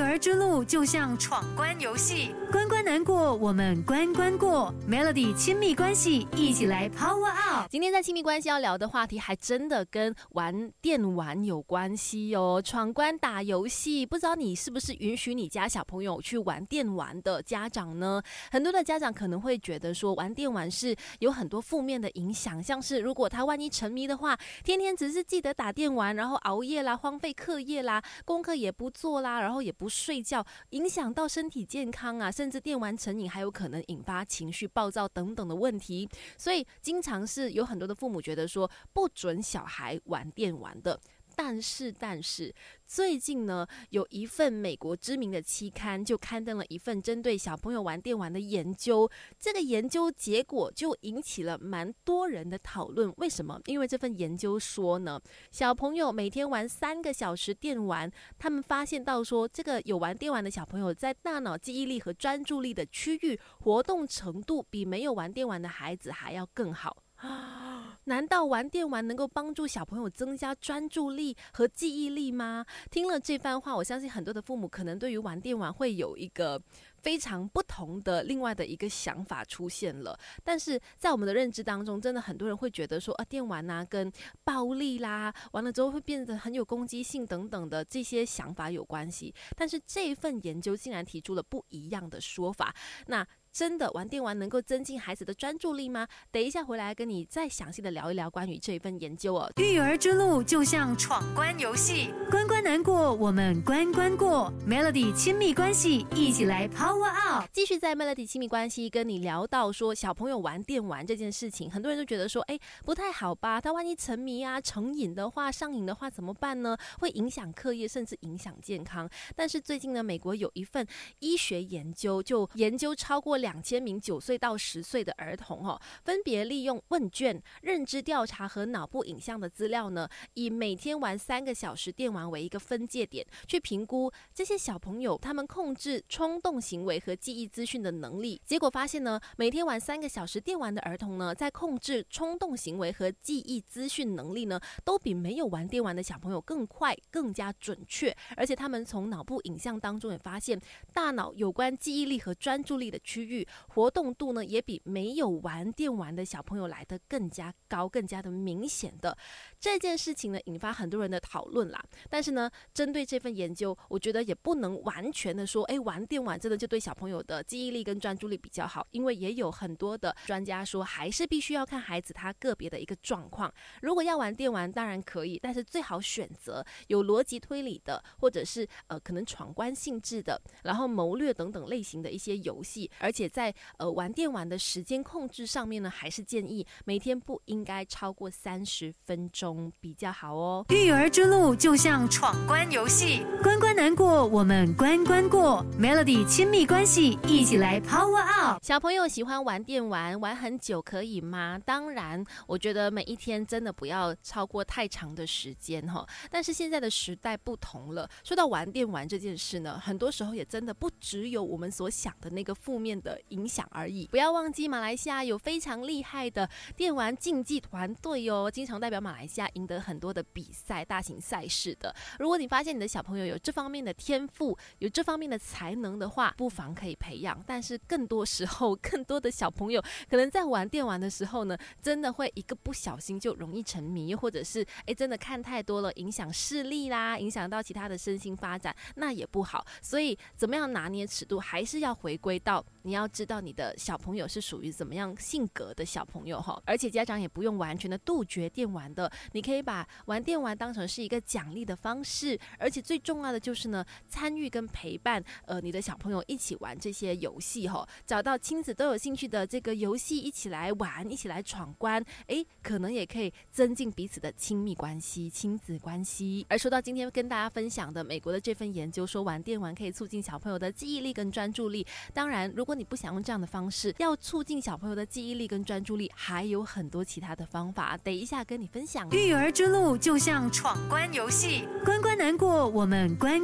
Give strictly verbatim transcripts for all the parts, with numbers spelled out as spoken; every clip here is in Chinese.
儿之路就像闯关游戏，关关难过，我们关关过。Melody 亲密关系，一起来 Power Up。 今天在亲密关系要聊的话题，还真的跟玩电玩有关系哦。闯关打游戏，不知道你是不是允许你家小朋友去玩电玩的家长呢？很多的家长可能会觉得说，玩电玩是有很多负面的影响，像是如果他万一沉迷的话，天天只是记得打电玩，然后熬夜啦，荒废课业啦，功课也不做啦，然后也不睡觉，影响到身体健康啊，甚至电玩成瘾还有可能引发情绪暴躁等等的问题。所以经常是有很多的父母觉得说不准小孩玩电玩的。但是，但是最近呢，有一份美国知名的期刊就刊登了一份针对小朋友玩电玩的研究。这个研究结果就引起了蛮多人的讨论。为什么？因为这份研究说呢，小朋友每天玩三个小时电玩，他们发现到说，这个有玩电玩的小朋友在大脑记忆力和专注力的区域活动程度比没有玩电玩的孩子还要更好。难道玩电玩能够帮助小朋友增加专注力和记忆力吗？听了这番话，我相信很多的父母可能对于玩电玩会有一个非常不同的另外的一个想法出现了。但是在我们的认知当中，真的很多人会觉得说啊，电玩啊跟暴力啦，完了之后会变得很有攻击性等等的这些想法有关系。但是这一份研究竟然提出了不一样的说法。那真的玩电玩能够增进孩子的专注力吗？等一下回来跟你再详细的聊一聊关于这一份研究哦。 育儿之路就像闯关游戏，关关难过，我们关关过。Melody 亲密关系，一起来 Power Up。 继续在 Melody 亲密关系跟你聊到说小朋友玩电玩这件事情，很多人都觉得说，哎，不太好吧？他万一沉迷啊、成瘾的话、上瘾的话怎么办呢？会影响课业，甚至影响健康。但是最近呢，美国有一份医学研究，就研究超过两千名九岁到十岁的儿童、哦、分别利用问卷、认知调查和脑部影像的资料呢，以每天玩三个小时电玩为一个分界点，去评估这些小朋友他们控制冲动行为和记忆资讯的能力。结果发现呢，每天玩三个小时电玩的儿童呢，在控制冲动行为和记忆资讯能力呢，都比没有玩电玩的小朋友更快、更加准确。而且他们从脑部影像当中也发现，大脑有关记忆力和专注力的区域活动度呢，也比没有玩电玩的小朋友来得更加高、更加的明显的。这件事情呢，引发很多人的讨论啦。但是呢，针对这份研究，我觉得也不能完全的说，哎，玩电玩真的就对小朋友的记忆力跟专注力比较好，因为也有很多的专家说，还是必须要看孩子他个别的一个状况。如果要玩电玩，当然可以，但是最好选择有逻辑推理的，或者是呃可能闯关性质的，然后谋略等等类型的一些游戏。而且在呃玩电玩的时间控制上面呢，还是建议每天不应该超过三十分钟比较好哦。 育儿之路就像闯关游戏，关关难过，我们关关过。Melody 亲密关系，一起来 Power Up。 小朋友喜欢玩电玩，玩很久可以吗？当然，我觉得每一天真的不要超过太长的时间哈。但是现在的时代不同了，说到玩电玩这件事呢，很多时候也真的不只有我们所想的那个负面的影响而已。不要忘记，马来西亚有非常厉害的电玩竞技团队哦，经常代表马来西亚赢得很多的比赛、大型赛事的。如果你发现你的小朋友有这方面的天赋，有这方面的才能的话，不妨可以培养。但是更多时候，更多的小朋友可能在玩电玩的时候呢，真的会一个不小心就容易沉迷，或者是哎真的看太多了，影响视力啦，影响到其他的身心发展，那也不好。所以怎么样拿捏尺度，还是要回归到你要知道你的小朋友是属于怎么样性格的小朋友哈。而且家长也不用完全的杜绝电玩的，你可以把玩电玩当成是一个奖励的方式，而且最重要的就是呢，参与跟陪伴呃你的小朋友一起玩这些游戏哈，找到亲子都有兴趣的这个游戏一起来玩，一起来闯关，诶，可能也可以增进彼此的亲密关系、亲子关系。而说到今天跟大家分享的美国的这份研究说，玩电玩可以促进小朋友的记忆力跟专注力。当然，如果你不想用这样的方式，要促进小朋友的记忆力跟专注力，还有很多其他的方法，等一下跟你分享。 育儿之路就像闯关游戏，关关难过，我们关关过。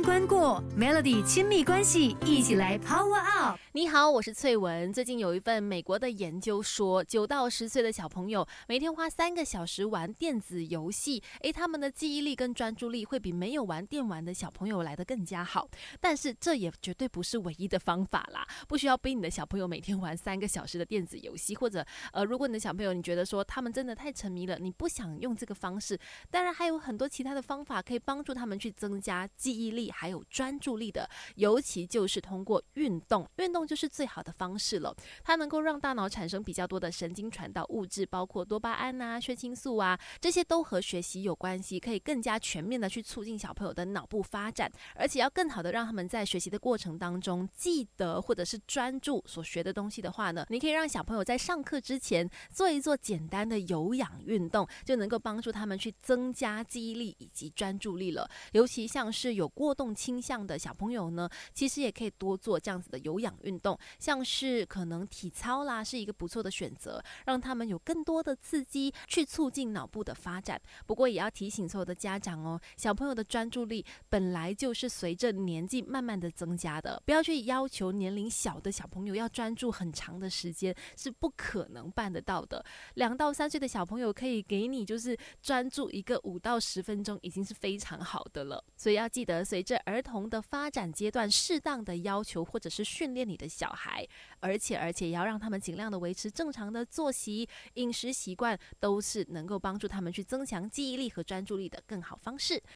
过 Melody 亲密关系，一起来 Power Up。 你好，我是翠文。最近有一份美国的研究说，九到十岁的小朋友每天花三个小时玩电子游戏，诶，他们的记忆力跟专注力会比没有玩电玩的小朋友来得更加好。但是这也绝对不是唯一的方法啦，不需要逼你的小朋友每天玩三个小时的电子游戏，或者呃，如果你的小朋友你觉得说他们真的太沉迷了，你不想用这个方式，当然还有很多其他的方法可以帮助他们去增加记忆力还有专注力的，尤其就是通过运动，运动就是最好的方式了。它能够让大脑产生比较多的神经传导物质，包括多巴胺啊、血清素啊，这些都和学习有关系，可以更加全面的去促进小朋友的脑部发展，而且要更好的让他们在学习的过程当中记得或者是专注所学的东西的话呢，你可以让小朋友在上课之前做一做简单的有氧运动，就能够帮助他们去增加记忆力以及专注力了。尤其像是有过动倾向的小朋友呢，其实也可以多做这样子的有氧运动，像是可能体操啦是一个不错的选择，让他们有更多的刺激去促进脑部的发展。不过也要提醒所有的家长哦，小朋友的专注力本来就是随着年纪慢慢的增加的，不要去要求年龄小的小朋友要专注很长的时间，是不可能办得到的。两到三岁的小朋友可以给你就是专注一个五到十分钟，已经是非常好的了。所以要记得随着儿童的发展阶段，适当的要求或者是训练你的小孩，而且而且也要让他们尽量的维持正常的作息、饮食习惯，都是能够帮助他们去增强记忆力和专注力的更好方式。